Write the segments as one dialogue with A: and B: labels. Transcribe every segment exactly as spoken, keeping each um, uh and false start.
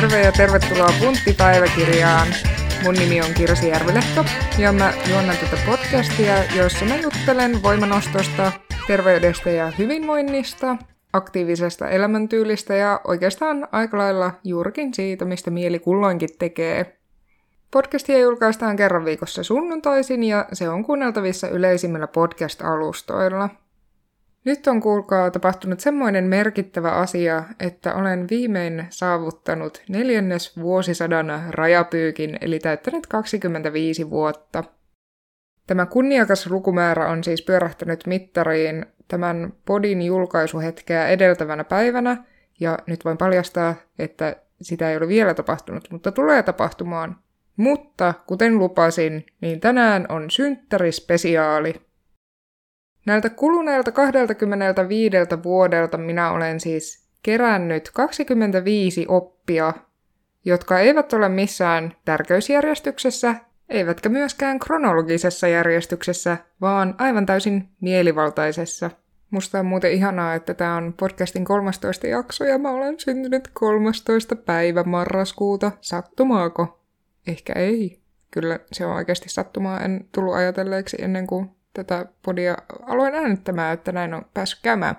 A: terve ja tervetuloa Punttipäiväkirjaan. Mun nimi on Kirsi Järvilehto ja mä juonnan tätä podcastia, jossa mä juttelen voimanostosta, terveydestä ja hyvinvoinnista, aktiivisesta elämäntyylistä ja oikeastaan aika lailla juurikin siitä, mistä mieli kulloinkin tekee. Podcastia julkaistaan kerran viikossa sunnuntaisin ja se on kuunneltavissa yleisimmillä podcast-alustoilla. Nyt on kuulkaa tapahtunut semmoinen merkittävä asia, että olen viimein saavuttanut neljännes vuosisadan rajapyykin, eli täyttänyt kaksikymmentäviisi vuotta. Tämä kunniakas lukumäärä on siis pyörähtänyt mittariin tämän podin julkaisuhetkeä edeltävänä päivänä, ja nyt voin paljastaa, että sitä ei ole vielä tapahtunut, mutta tulee tapahtumaan. Mutta, kuten lupasin, niin tänään on synttärispesiaali. Näiltä kuluneilta kaksikymmentäviisi vuodelta minä olen siis kerännyt kaksikymmentäviisi oppia, jotka eivät ole missään tärkeysjärjestyksessä, eivätkä myöskään kronologisessa järjestyksessä, vaan aivan täysin mielivaltaisessa. Musta on muuten ihanaa, että tämä on podcastin kolmastoista jakso ja mä olen syntynyt kolmastoista päivä marraskuuta. Sattumaako? Ehkä ei. Kyllä se on oikeasti sattumaa. En tullut ajatelleeksi ennen kuin tätä podia aloin äänittämään, että näin on päässyt käymään.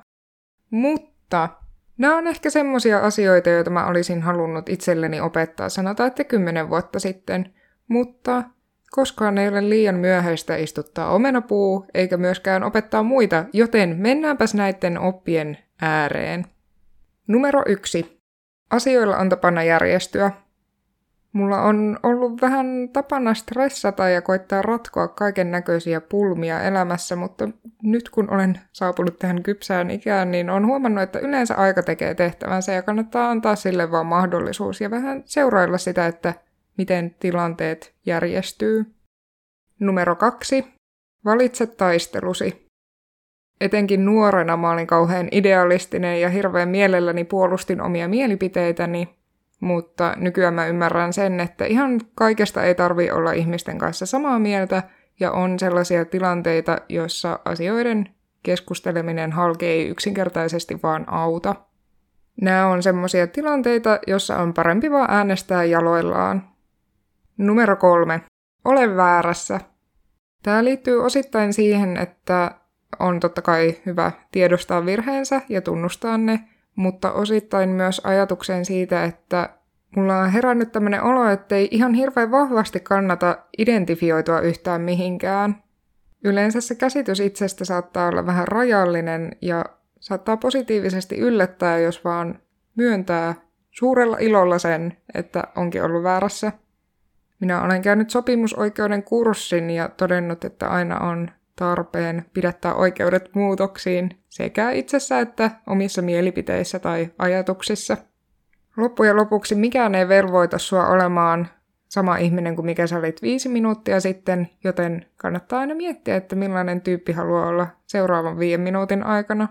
A: Mutta nämä on ehkä semmosia asioita, joita mä olisin halunnut itselleni opettaa, sanotaan, että kymmenen vuotta sitten. Mutta koskaan ei ole liian myöhäistä istuttaa omenapuu, eikä myöskään opettaa muita, joten mennäänpäs näiden oppien ääreen. Numero yksi. Asioilla on tapana järjestyä. Mulla on ollut vähän tapana stressata ja koittaa ratkoa kaiken näköisiä pulmia elämässä, mutta nyt kun olen saapunut tähän kypsään ikään, niin olen huomannut, että yleensä aika tekee tehtävänsä ja kannattaa antaa sille vaan mahdollisuus ja vähän seurailla sitä, että miten tilanteet järjestyy. Numero kaksi. Valitse taistelusi. Etenkin nuorena mä olin kauhean idealistinen ja hirveän mielelläni puolustin omia mielipiteitäni, mutta nykyään mä ymmärrän sen, että ihan kaikesta ei tarvitse olla ihmisten kanssa samaa mieltä, ja on sellaisia tilanteita, joissa asioiden keskusteleminen halki ei yksinkertaisesti vaan auta. Nämä on semmoisia tilanteita, joissa on parempi vaan äänestää jaloillaan. Numero kolme. Ole väärässä. Tämä liittyy osittain siihen, että on totta kai hyvä tiedostaa virheensä ja tunnustaa ne, mutta osittain myös ajatukseen siitä, että mulla on herännyt tämmöinen olo, ettei ihan hirveän vahvasti kannata identifioitua yhtään mihinkään. Yleensä se käsitys itsestä saattaa olla vähän rajallinen ja saattaa positiivisesti yllättää, jos vaan myöntää suurella ilolla sen, että onkin ollut väärässä. Minä olen käynyt sopimusoikeuden kurssin ja todennut, että aina on tarpeen pidättää oikeudet muutoksiin sekä itsessä että omissa mielipiteissä tai ajatuksissa. Loppujen lopuksi mikään ei velvoita sua olemaan sama ihminen kuin mikä sä olit viisi minuuttia sitten, joten kannattaa aina miettiä, että millainen tyyppi haluaa olla seuraavan viiden minuutin aikana.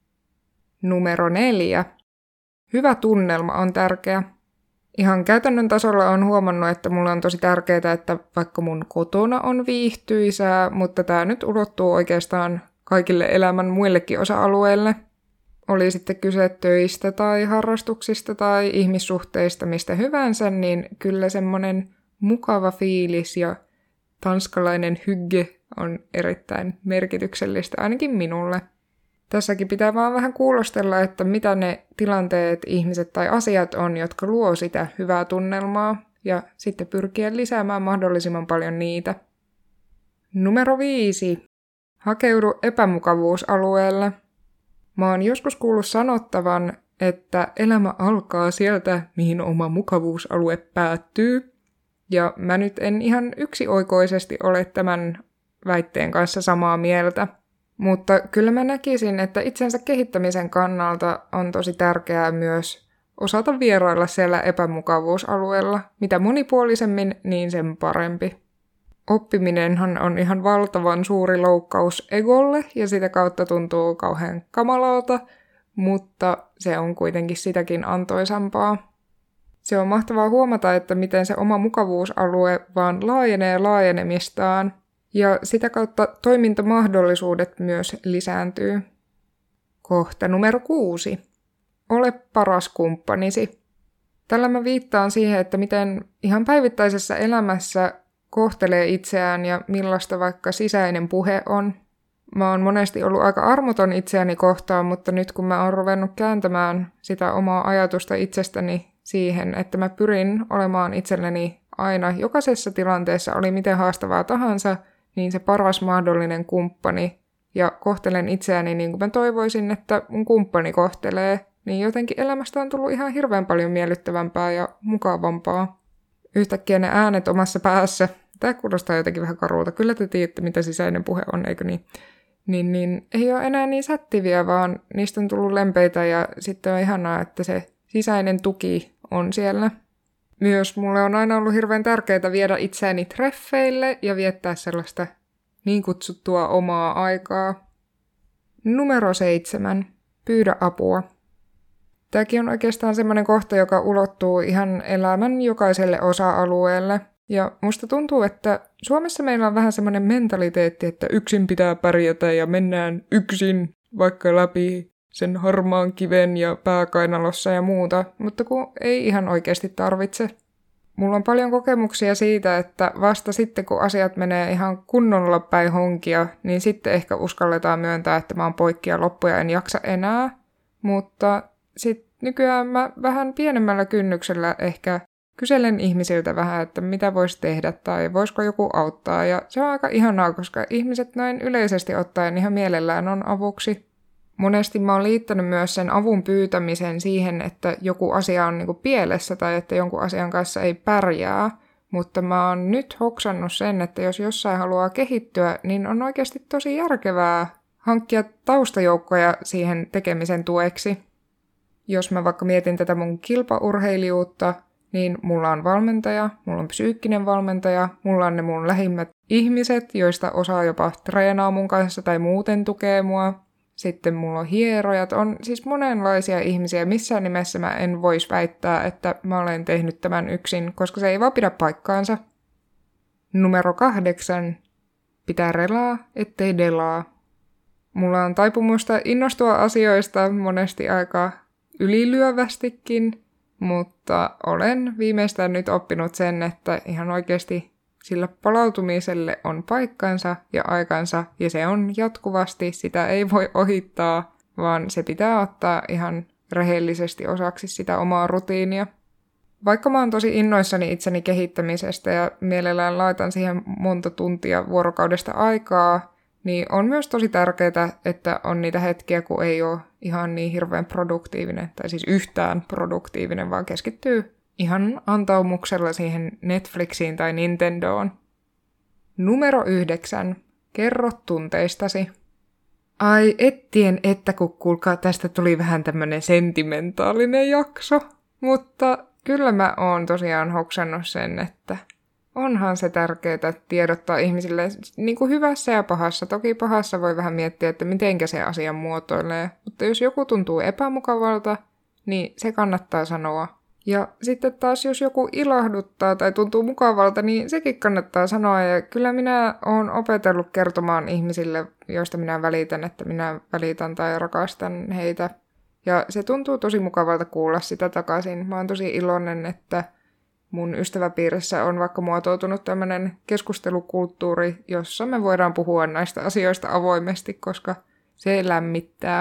A: Numero neljä. Hyvä tunnelma on tärkeä. Ihan käytännön tasolla on huomannut, että mulla on tosi tärkeää, että vaikka mun kotona on viihtyisää, mutta tää nyt ulottuu oikeastaan kaikille elämän muillekin osa-alueille. Oli sitten kyse töistä tai harrastuksista tai ihmissuhteista, mistä hyvänsä, niin kyllä semmonen mukava fiilis ja tanskalainen hygge on erittäin merkityksellistä, ainakin minulle. Tässäkin pitää vaan vähän kuulostella, että mitä ne tilanteet, ihmiset tai asiat on, jotka luo sitä hyvää tunnelmaa, ja sitten pyrkiä lisäämään mahdollisimman paljon niitä. Numero viisi. Hakeudu epämukavuusalueelle. Mä oon joskus kuullut sanottavan, että elämä alkaa sieltä, mihin oma mukavuusalue päättyy, ja mä nyt en ihan yksioikoisesti ole tämän väitteen kanssa samaa mieltä. Mutta kyllä mä näkisin, että itsensä kehittämisen kannalta on tosi tärkeää myös osata vierailla siellä epämukavuusalueella. Mitä monipuolisemmin, niin sen parempi. Oppiminenhan on ihan valtavan suuri loukkaus egolle ja sitä kautta tuntuu kauhean kamalalta, mutta se on kuitenkin sitäkin antoisampaa. Se on mahtavaa huomata, että miten se oma mukavuusalue vaan laajenee laajenemistaan. Ja sitä kautta toimintamahdollisuudet myös lisääntyy. Kohta numero kuusi. Ole paras kumppanisi. Tällä mä viittaan siihen, että miten ihan päivittäisessä elämässä kohtelee itseään ja millaista vaikka sisäinen puhe on. Mä oon monesti ollut aika armoton itseäni kohtaan, mutta nyt kun mä oon ruvennut kääntämään sitä omaa ajatusta itsestäni siihen, että mä pyrin olemaan itselleni aina jokaisessa tilanteessa, oli miten haastavaa tahansa, niin se paras mahdollinen kumppani, ja kohtelen itseäni niin kuin mä toivoisin, että mun kumppani kohtelee, niin jotenkin elämästä on tullut ihan hirveän paljon miellyttävämpää ja mukavampaa. Yhtäkkiä ne äänet omassa päässä, tämä kuulostaa jotenkin vähän karulta, kyllä te tiedätte, mitä sisäinen puhe on, eikö niin? Niin, niin ei ole enää niin sättiviä, vaan niistä on tullut lempeitä ja sitten on ihanaa, että se sisäinen tuki on siellä. Myös mulle on aina ollut hirveän tärkeää viedä itseäni treffeille ja viettää sellaista niin kutsuttua omaa aikaa. Numero seitsemän. Pyydä apua. Tämäkin on oikeastaan semmoinen kohta, joka ulottuu ihan elämän jokaiselle osa-alueelle. Ja musta tuntuu, että Suomessa meillä on vähän semmoinen mentaliteetti, että yksin pitää pärjätä ja mennään yksin vaikka läpi sen harmaan kiven ja pääkainalossa ja muuta, mutta kun ei ihan oikeasti tarvitse. Mulla on paljon kokemuksia siitä, että vasta sitten kun asiat menee ihan kunnolla päin honkia, niin sitten ehkä uskalletaan myöntää, että mä oon poikki ja loppuja en jaksa enää. Mutta sitten nykyään mä vähän pienemmällä kynnyksellä ehkä kyselen ihmisiltä vähän, että mitä voisi tehdä tai voisiko joku auttaa. Ja se on aika ihanaa, koska ihmiset näin yleisesti ottaen ihan mielellään on avuksi. Monesti mä oon liittänyt myös sen avun pyytämisen siihen, että joku asia on niinku pielessä tai että jonkun asian kanssa ei pärjää. Mutta mä oon nyt hoksannut sen, että jos jossain haluaa kehittyä, niin on oikeasti tosi järkevää hankkia taustajoukkoja siihen tekemisen tueksi. Jos mä vaikka mietin tätä mun kilpaurheilijuutta, niin mulla on valmentaja, mulla on psyykkinen valmentaja, mulla on ne mun lähimmät ihmiset, joista osa jopa treenaa mun kanssa tai muuten tukee mua. Sitten mulla on hierojat, on siis monenlaisia ihmisiä. Missään nimessä mä en vois väittää, että mä olen tehnyt tämän yksin, koska se ei vaan pidä paikkaansa. Numero kahdeksan. Pitää relaa, ettei delaa. Mulla on taipumusta innostua asioista monesti aika ylilyövästikin, mutta olen viimeistään nyt oppinut sen, että ihan oikeasti sillä palautumiselle on paikkansa ja aikansa, ja se on jatkuvasti, sitä ei voi ohittaa, vaan se pitää ottaa ihan rehellisesti osaksi sitä omaa rutiinia. Vaikka mä oon tosi innoissani itseni kehittämisestä ja mielellään laitan siihen monta tuntia vuorokaudesta aikaa, niin on myös tosi tärkeää, että on niitä hetkiä, kun ei ole ihan niin hirveän produktiivinen, tai siis yhtään produktiivinen, vaan keskittyy ihan antaumuksella siihen Netflixiin tai Nintendoon. Numero yhdeksän. Kerro tunteistasi. Ai ettien, että kun kuulkaa, tästä tuli vähän tämmönen sentimentaalinen jakso, mutta kyllä mä oon tosiaan hoksannut sen, että onhan se tärkeää tiedottaa ihmisille niin kuin hyvässä ja pahassa. Toki pahassa voi vähän miettiä, että mitenkä se asia muotoilee, mutta jos joku tuntuu epämukavalta, niin se kannattaa sanoa. Ja sitten taas jos joku ilahduttaa tai tuntuu mukavalta, niin sekin kannattaa sanoa. Ja kyllä minä olen opetellut kertomaan ihmisille, joista minä välitän, että minä välitän tai rakastan heitä. Ja se tuntuu tosi mukavalta kuulla sitä takaisin. Mä oon tosi iloinen, että mun ystäväpiirissä on vaikka muotoutunut tämmöinen keskustelukulttuuri, jossa me voidaan puhua näistä asioista avoimesti, koska se lämmittää.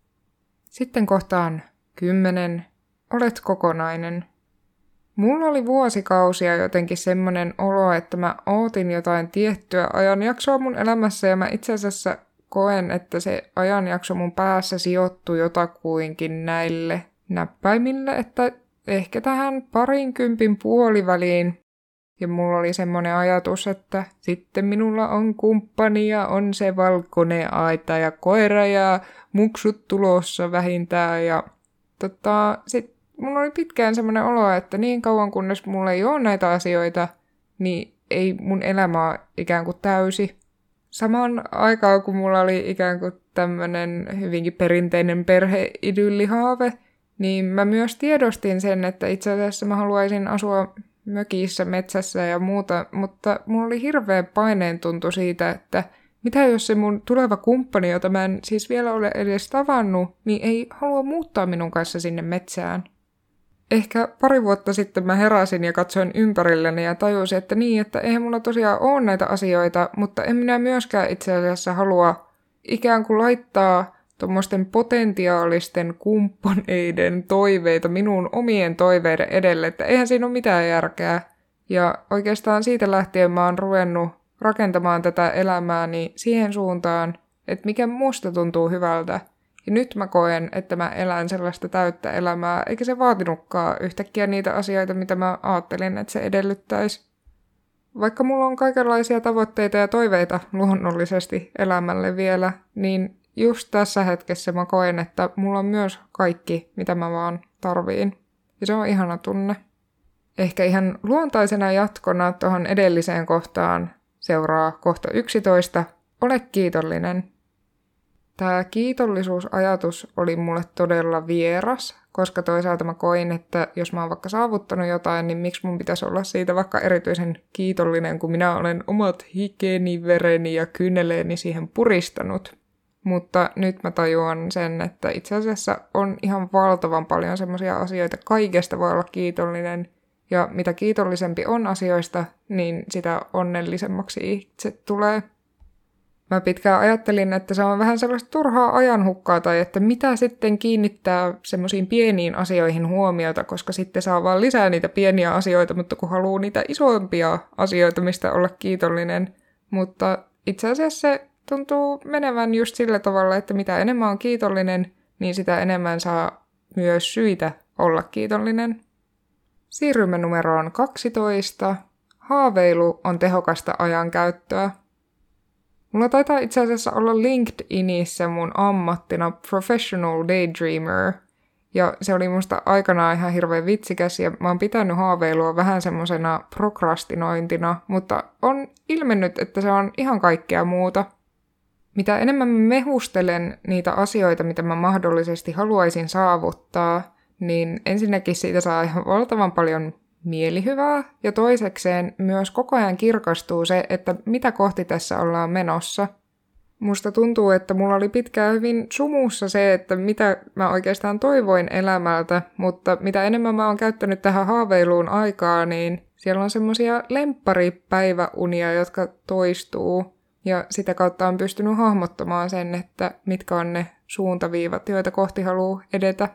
A: Sitten kohtaan kymmenen. Olet kokonainen. Mulla oli vuosikausia jotenkin semmoinen olo, että mä ootin jotain tiettyä ajanjaksoa mun elämässä ja mä itse asiassa koen, että se ajanjakso mun päässä sijoittui jotakuinkin näille näppäimille, että ehkä tähän parinkympin puoliväliin. Ja mulla oli semmoinen ajatus, että sitten minulla on kumppani ja on se valkoinen aita ja koira ja muksut tulossa vähintään ja tota, sit mulla oli pitkään semmoinen olo, että niin kauan kunnes mulla ei ole näitä asioita, niin ei mun elämä ole ikään kuin täysi. Samaan aikaan, kun mulla oli ikään kuin tämmöinen hyvinkin perinteinen perheidyllihaave, niin mä myös tiedostin sen, että itse asiassa mä haluaisin asua mökissä, metsässä ja muuta, mutta mulla oli hirveä paineen tuntu siitä, että mitä jos se mun tuleva kumppani, jota mä en siis vielä ole edes tavannut, niin ei halua muuttaa minun kanssa sinne metsään. Ehkä pari vuotta sitten mä heräsin ja katsoin ympärilleni ja tajusin, että niin, että eihän mulla tosiaan ole näitä asioita, mutta en minä myöskään itse asiassa halua ikään kuin laittaa tuommoisten potentiaalisten kumppaneiden toiveita minun omien toiveiden edelle, että eihän siinä ole mitään järkeä. Ja oikeastaan siitä lähtien mä oon ruvennut rakentamaan tätä elämääni siihen suuntaan, että mikä musta tuntuu hyvältä. Ja nyt mä koen, että mä elän sellaista täyttä elämää, eikä se vaatinutkaan yhtäkkiä niitä asioita, mitä mä ajattelin, että se edellyttäisi. Vaikka mulla on kaikenlaisia tavoitteita ja toiveita luonnollisesti elämälle vielä, niin just tässä hetkessä mä koen, että mulla on myös kaikki, mitä mä vaan tarviin. Ja se on ihana tunne. Ehkä ihan luontaisena jatkona tuohon edelliseen kohtaan seuraa kohta yksitoista. Ole kiitollinen. Tämä kiitollisuusajatus oli mulle todella vieras, koska toisaalta mä koin, että jos mä oon vaikka saavuttanut jotain, niin miksi mun pitäisi olla siitä vaikka erityisen kiitollinen, kun minä olen omat hikeni, vereni ja kyyneleeni siihen puristanut. Mutta nyt mä tajuan sen, että itse asiassa on ihan valtavan paljon semmoisia asioita, kaikesta voi olla kiitollinen. Ja mitä kiitollisempi on asioista, niin sitä onnellisemmaksi itse tulee. Mä pitkään ajattelin, että se on vähän sellaista turhaa ajanhukkaa tai että mitä sitten kiinnittää semmoisiin pieniin asioihin huomiota, koska sitten saa vaan lisää niitä pieniä asioita, mutta kun haluaa niitä isompia asioita, mistä olla kiitollinen. Mutta itse asiassa se tuntuu menevän just sillä tavalla, että mitä enemmän on kiitollinen, niin sitä enemmän saa myös syitä olla kiitollinen. Siirrymme numeroon kaksitoista. Haaveilu on tehokasta ajankäyttöä. Mulla taitaa itse asiassa olla LinkedInissä mun ammattina Professional Daydreamer, ja se oli musta aikanaan ihan hirveän vitsikäs, ja mä oon pitänyt haaveilua vähän semmosena prokrastinointina, mutta on ilmennyt, että se on ihan kaikkea muuta. Mitä enemmän mä mehustelen niitä asioita, mitä mä mahdollisesti haluaisin saavuttaa, niin ensinnäkin siitä saa ihan valtavan paljon mielihyvää, ja toisekseen myös koko ajan kirkastuu se, että mitä kohti tässä ollaan menossa. Musta tuntuu, että mulla oli pitkään hyvin sumussa se, että mitä mä oikeastaan toivoin elämältä, mutta mitä enemmän mä oon käyttänyt tähän haaveiluun aikaa, niin siellä on semmosia lempparipäiväunia, jotka toistuu, ja sitä kautta on pystynyt hahmottamaan sen, että mitkä on ne suuntaviivat, joita kohti haluaa edetä.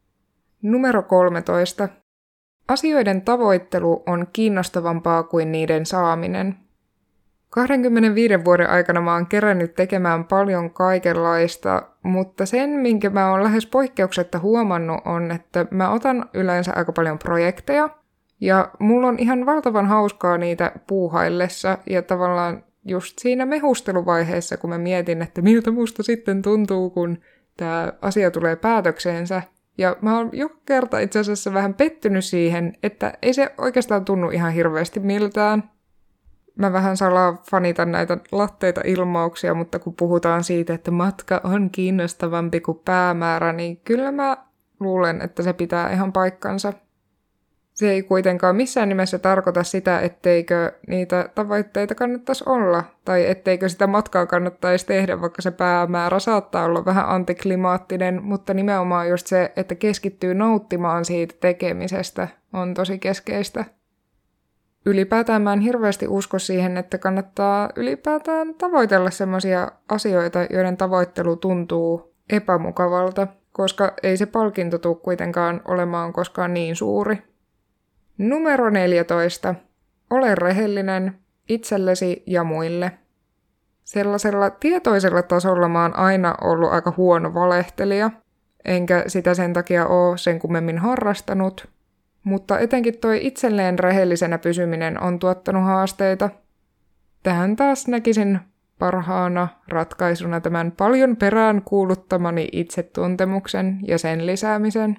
A: Numero kolmetoista. Asioiden tavoittelu on kiinnostavampaa kuin niiden saaminen. kaksikymmentäviisi vuoden aikana mä oon kerännyt tekemään paljon kaikenlaista, mutta sen, minkä mä oon lähes poikkeuksetta huomannut, on, että mä otan yleensä aika paljon projekteja, ja mulla on ihan valtavan hauskaa niitä puuhaillessa, ja tavallaan just siinä mehusteluvaiheessa, kun mä mietin, että miltä musta sitten tuntuu, kun tää asia tulee päätökseensä. Ja mä oon joka kerta itse asiassa vähän pettynyt siihen, että ei se oikeastaan tunnu ihan hirveästi miltään. Mä vähän salaa fanitan näitä latteita ilmauksia, mutta kun puhutaan siitä, että matka on kiinnostavampi kuin päämäärä, niin kyllä mä luulen, että se pitää ihan paikkansa. Se ei kuitenkaan missään nimessä tarkoita sitä, etteikö niitä tavoitteita kannattaisi olla, tai etteikö sitä matkaa kannattaisi tehdä, vaikka se päämäärä saattaa olla vähän antiklimaattinen, mutta nimenomaan just se, että keskittyy nauttimaan siitä tekemisestä, on tosi keskeistä. Ylipäätään mä en hirveästi usko siihen, että kannattaa ylipäätään tavoitella sellaisia asioita, joiden tavoittelu tuntuu epämukavalta, koska ei se palkinto tule kuitenkaan olemaan koskaan niin suuri. Numero neljätoista. Ole rehellinen itsellesi ja muille. Sellaisella tietoisella tasolla mä oon aina ollut aika huono valehtelija, enkä sitä sen takia ole sen kummemmin harrastanut, mutta etenkin toi itselleen rehellisenä pysyminen on tuottanut haasteita. Tähän taas näkisin parhaana ratkaisuna tämän paljon perään kuuluttamani itsetuntemuksen ja sen lisäämisen.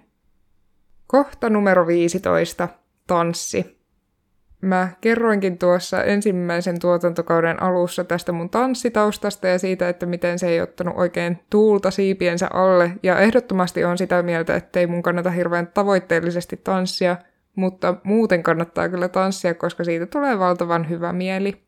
A: Kohta numero viisitoista. Tanssi. Mä kerroinkin tuossa ensimmäisen tuotantokauden alussa tästä mun tanssitaustasta ja siitä, että miten se ei ottanut oikein tuulta siipiensä alle, ja ehdottomasti on sitä mieltä, että ei mun kannata hirveän tavoitteellisesti tanssia, mutta muuten kannattaa kyllä tanssia, koska siitä tulee valtavan hyvä mieli.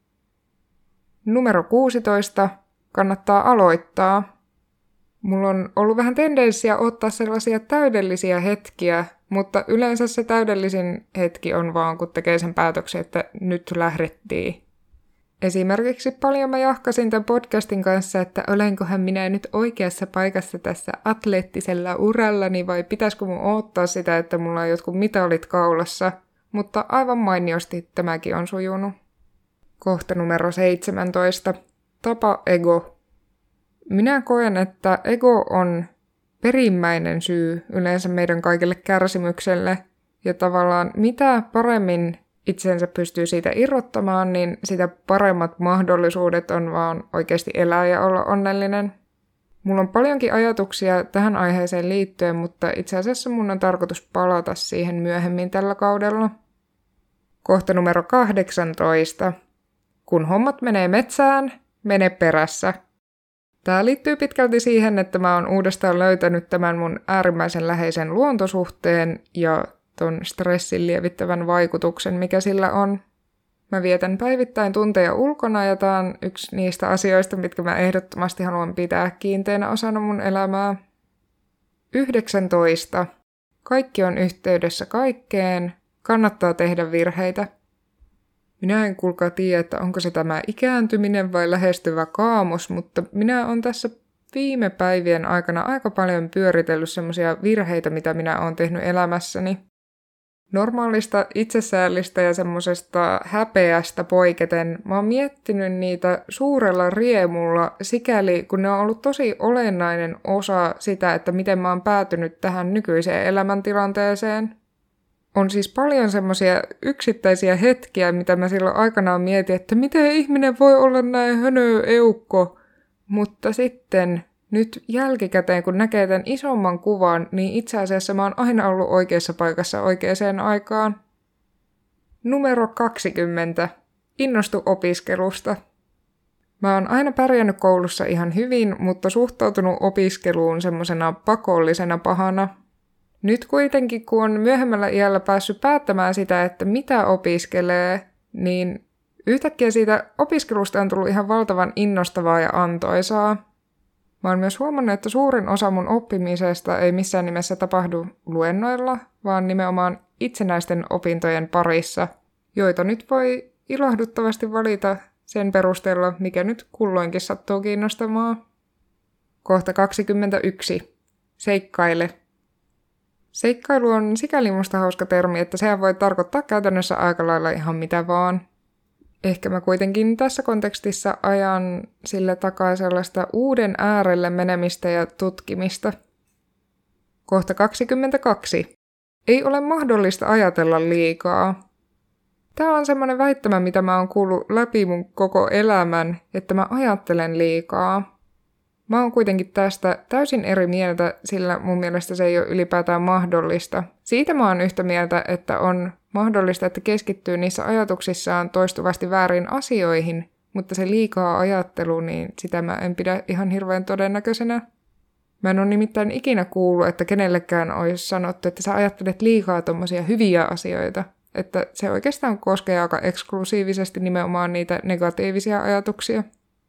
A: Numero kuusitoista. Kannattaa aloittaa. Mulla on ollut vähän tendenssiä ottaa sellaisia täydellisiä hetkiä, mutta yleensä se täydellisin hetki on vaan, kun tekee sen päätöksen, että nyt lähdettiin. Esimerkiksi paljon mä jahkasin tämän podcastin kanssa, että olenkohan minä nyt oikeassa paikassa tässä atleettisella urallani vai pitäisikö mun odottaa sitä, että mulla on jotkut mitalit kaulassa, mutta aivan mainiosti tämäkin on sujunut. Kohta numero seitsemäntoista. Tapa ego. Minä koen, että ego on perimmäinen syy yleensä meidän kaikille kärsimykselle, ja tavallaan mitä paremmin itsensä pystyy siitä irrottamaan, niin sitä paremmat mahdollisuudet on vaan oikeasti elää ja olla onnellinen. Mulla on paljonkin ajatuksia tähän aiheeseen liittyen, mutta itse asiassa mun on tarkoitus palata siihen myöhemmin tällä kaudella. Kohta numero kahdeksantoista. Kun hommat menee metsään, mene perässä. Tää liittyy pitkälti siihen, että mä oon uudestaan löytänyt tämän mun äärimmäisen läheisen luontosuhteen ja ton stressin lievittävän vaikutuksen, mikä sillä on. Mä vietän päivittäin tunteja ulkona ja tää on yksi niistä asioista, mitkä mä ehdottomasti haluan pitää kiinteänä osana mun elämää. yhdeksäntoista. Kaikki on yhteydessä kaikkeen. Kannattaa tehdä virheitä. Minä en kuulkaa tiedä, että onko se tämä ikääntyminen vai lähestyvä kaamos, mutta minä olen tässä viime päivien aikana aika paljon pyöritellyt semmoisia virheitä, mitä minä olen tehnyt elämässäni. Normaalista itsesäällistä ja semmoisesta häpeästä poiketen mä oon miettinyt niitä suurella riemulla sikäli, kun ne on ollut tosi olennainen osa sitä, että miten mä oon päätynyt tähän nykyiseen elämäntilanteeseen. On siis paljon semmoisia yksittäisiä hetkiä, mitä mä silloin aikanaan mietin, että miten ihminen voi olla näin hönö eukko. Mutta sitten nyt jälkikäteen, kun näkee tämän isomman kuvan, niin itse asiassa mä oon aina ollut oikeassa paikassa oikeaan aikaan. Numero kaksikymmentä. Innostu opiskelusta. Mä oon aina pärjännyt koulussa ihan hyvin, mutta suhtautunut opiskeluun semmosena pakollisena pahana. Nyt kuitenkin, kun on myöhemmällä iällä päässyt päättämään sitä, että mitä opiskelee, niin yhtäkkiä siitä opiskelusta on tullut ihan valtavan innostavaa ja antoisaa. Mä oon myös huomannut, että suurin osa mun oppimisesta ei missään nimessä tapahdu luennoilla, vaan nimenomaan itsenäisten opintojen parissa, joita nyt voi ilahduttavasti valita sen perusteella, mikä nyt kulloinkin sattuu kiinnostamaan. Kohta kaksikymmentäyksi. Seikkaile. Seikkailu on sikäli musta hauska termi, että sehän voi tarkoittaa käytännössä aika lailla ihan mitä vaan. Ehkä mä kuitenkin tässä kontekstissa ajan sille takaa sellaista uuden äärelle menemistä ja tutkimista. Kohta kaksikymmentäkaksi. Ei ole mahdollista ajatella liikaa. Tää on semmoinen väittämä, mitä mä oon kuullut läpi mun koko elämän, että mä ajattelen liikaa. Mä oon kuitenkin tästä täysin eri mieltä, sillä mun mielestä se ei ole ylipäätään mahdollista. Siitä mä oon yhtä mieltä, että on mahdollista, että keskittyy niissä ajatuksissaan toistuvasti väärin asioihin, mutta se liikaa ajattelu, niin sitä mä en pidä ihan hirveän todennäköisenä. Mä en ole nimittäin ikinä kuullut, että kenellekään olisi sanottu, että sä ajattelet liikaa tommosia hyviä asioita. Että se oikeastaan koskee aika eksklusiivisesti nimenomaan niitä negatiivisia ajatuksia.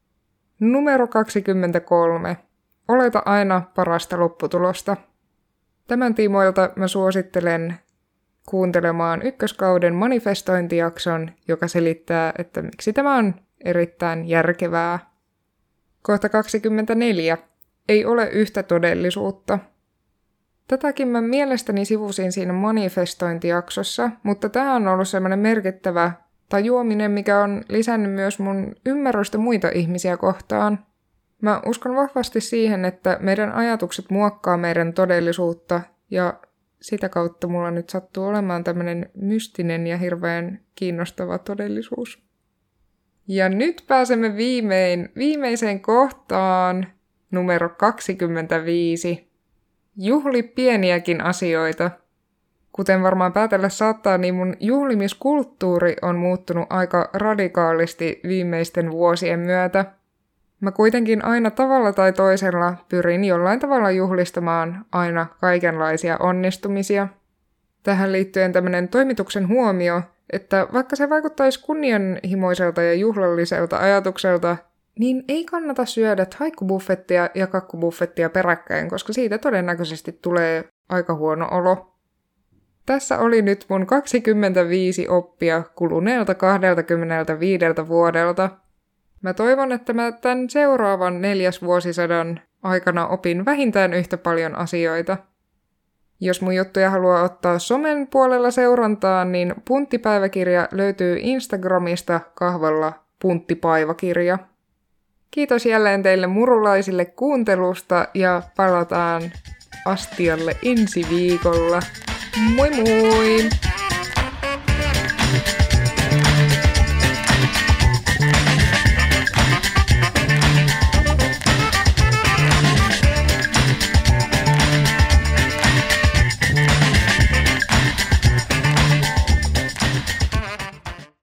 A: Numero kaksikymmentäkolme. Oleta aina parasta lopputulosta. Tämän tiimoilta mä suosittelen kuuntelemaan ykköskauden manifestointijakson, joka selittää, että miksi tämä on erittäin järkevää. Kohta kaksikymmentäneljä. Ei ole yhtä todellisuutta. Tätäkin mä mielestäni sivusin siinä manifestointijaksossa, mutta tämä on ollut semmoinen merkittävä tajuaminen, mikä on lisännyt myös mun ymmärrystä muita ihmisiä kohtaan. Mä uskon vahvasti siihen, että meidän ajatukset muokkaa meidän todellisuutta, ja sitä kautta mulla nyt sattuu olemaan tämmöinen mystinen ja hirveän kiinnostava todellisuus. Ja nyt pääsemme viimein, viimeiseen kohtaan, numero kaksikymmentäviisi. Juhli pieniäkin asioita. Kuten varmaan päätellä saattaa, niin mun juhlimiskulttuuri on muuttunut aika radikaalisti viimeisten vuosien myötä. Mä kuitenkin aina tavalla tai toisella pyrin jollain tavalla juhlistamaan aina kaikenlaisia onnistumisia. Tähän liittyen tämmönen toimituksen huomio, että vaikka se vaikuttaisi kunnianhimoiselta ja juhlalliselta ajatukselta, niin ei kannata syödä haikkubuffettia ja kakkubuffettia peräkkäin, koska siitä todennäköisesti tulee aika huono olo. Tässä oli nyt mun kaksikymmentäviisi oppia kuluneelta kaksikymmentäviisi vuodelta. Mä toivon, että mä tämän seuraavan neljäs vuosisadan aikana opin vähintään yhtä paljon asioita. Jos mun juttuja haluaa ottaa somen puolella seurantaan, niin punttipäiväkirja löytyy Instagramista kahvalla punttipäiväkirja. Kiitos jälleen teille murulaisille kuuntelusta ja palataan astialle ensi viikolla. Moi moi!